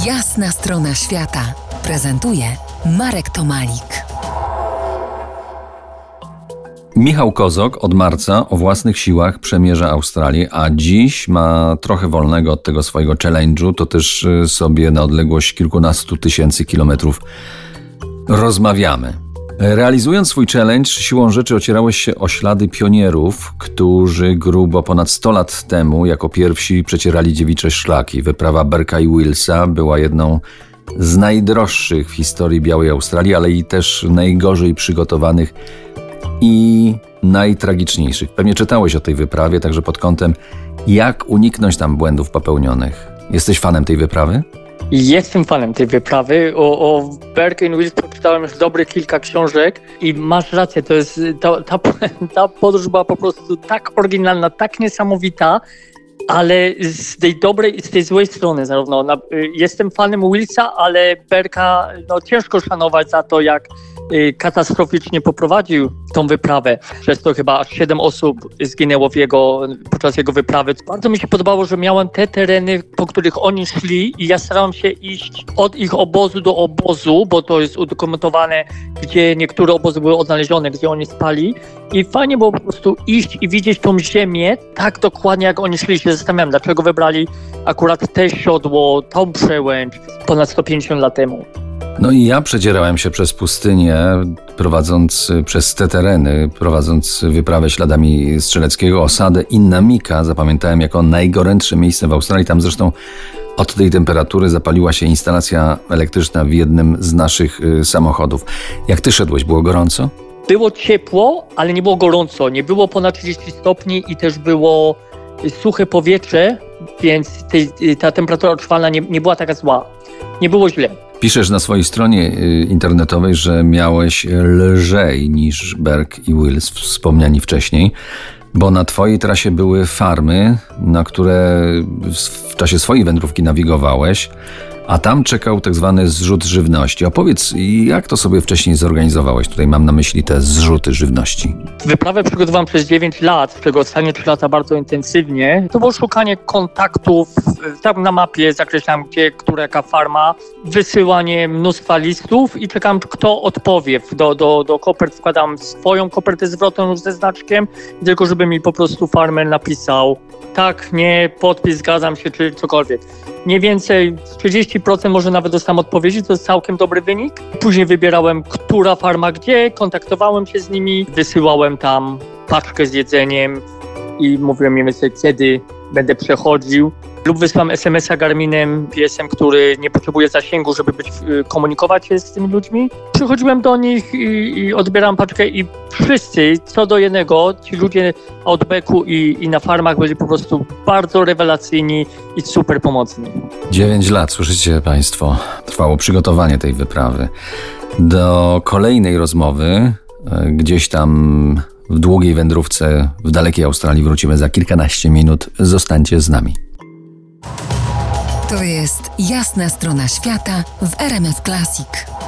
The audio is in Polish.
Jasna strona świata prezentuje Marek Tomalik. Michał Kozok od marca o własnych siłach przemierza Australię, a dziś ma trochę wolnego od tego swojego challenge'u. To też sobie na odległość kilkunastu tysięcy kilometrów rozmawiamy. Realizując swój challenge, siłą rzeczy ocierałeś się o ślady pionierów, którzy grubo ponad 100 lat temu jako pierwsi przecierali dziewicze szlaki. Wyprawa Burke'a i Willsa była jedną z najdroższych w historii białej Australii, ale i też najgorzej przygotowanych i najtragiczniejszych. Pewnie czytałeś o tej wyprawie, także pod kątem, jak uniknąć tam błędów popełnionych. Jesteś fanem tej wyprawy? Jestem fanem tej wyprawy. O Burke'ie i Willsie przeczytałem już dobre kilka książek i masz rację, to jest ta podróż była po prostu tak oryginalna, tak niesamowita, ale z tej dobrej i z tej złej strony zarówno. Jestem fanem Willsa, ale Burke'a ciężko szanować za to, jak katastroficznie poprowadził tą wyprawę. Przez to chyba aż 7 osób zginęło podczas jego wyprawy. Bardzo mi się podobało, że miałem te tereny, po których oni szli i ja starałem się iść od ich obozu do obozu, bo to jest udokumentowane, gdzie niektóre obozy były odnalezione, gdzie oni spali. I fajnie było po prostu iść i widzieć tą ziemię tak dokładnie, jak oni szli. Się zastanawiam, dlaczego wybrali akurat te siodło, tą przełęcz ponad 150 lat temu. No i ja przedzierałem się przez pustynię, prowadząc przez te tereny, prowadząc wyprawę śladami Strzeleckiego, osadę Innamika zapamiętałem jako najgorętsze miejsce w Australii. Tam zresztą od tej temperatury zapaliła się instalacja elektryczna w jednym z naszych samochodów. Jak ty szedłeś, było gorąco? Było ciepło, ale nie było gorąco. Nie było ponad 30 stopni i też było suche powietrze, więc ta temperatura odczuwalna nie była taka zła. Nie było źle. Piszesz na swojej stronie internetowej, że miałeś lżej niż Burke i Wills, wspomniani wcześniej, bo na twojej trasie były farmy, na które w czasie swojej wędrówki nawigowałeś, a tam czekał tak zwany zrzut żywności. Opowiedz, jak to sobie wcześniej zorganizowałeś? Tutaj mam na myśli te zrzuty żywności. Wyprawę przygotowałem przez 9 lat, z czego ostatnie 3 lata bardzo intensywnie. To było szukanie kontaktów, tam na mapie zakreślałem, gdzie, która jaka farma, wysyłanie mnóstwa listów i czekałem, kto odpowie. Do kopert wkładam swoją kopertę zwrotną już ze znaczkiem, tylko żeby mi po prostu farmer napisał tak, nie, podpis, zgadzam się, czy cokolwiek. Mniej więcej 30% może nawet dostałem odpowiedzi, to jest całkiem dobry wynik. Później wybierałem, która farma gdzie, kontaktowałem się z nimi, wysyłałem tam paczkę z jedzeniem i mówiłem mniej więcej, kiedy będę przechodził. Lub wysyłam SMS-a Garminem, piesem, który nie potrzebuje zasięgu, żeby komunikować się z tymi ludźmi. Przychodziłem do nich i odbieram paczkę i wszyscy, co do jednego, ci ludzie od Beku i na farmach byli po prostu bardzo rewelacyjni i super pomocni. 9 lat, słyszycie Państwo, trwało przygotowanie tej wyprawy. Do kolejnej rozmowy, gdzieś tam w długiej wędrówce w dalekiej Australii wrócimy za kilkanaście minut. Zostańcie z nami. To jest Jasna strona świata w RMF Classic.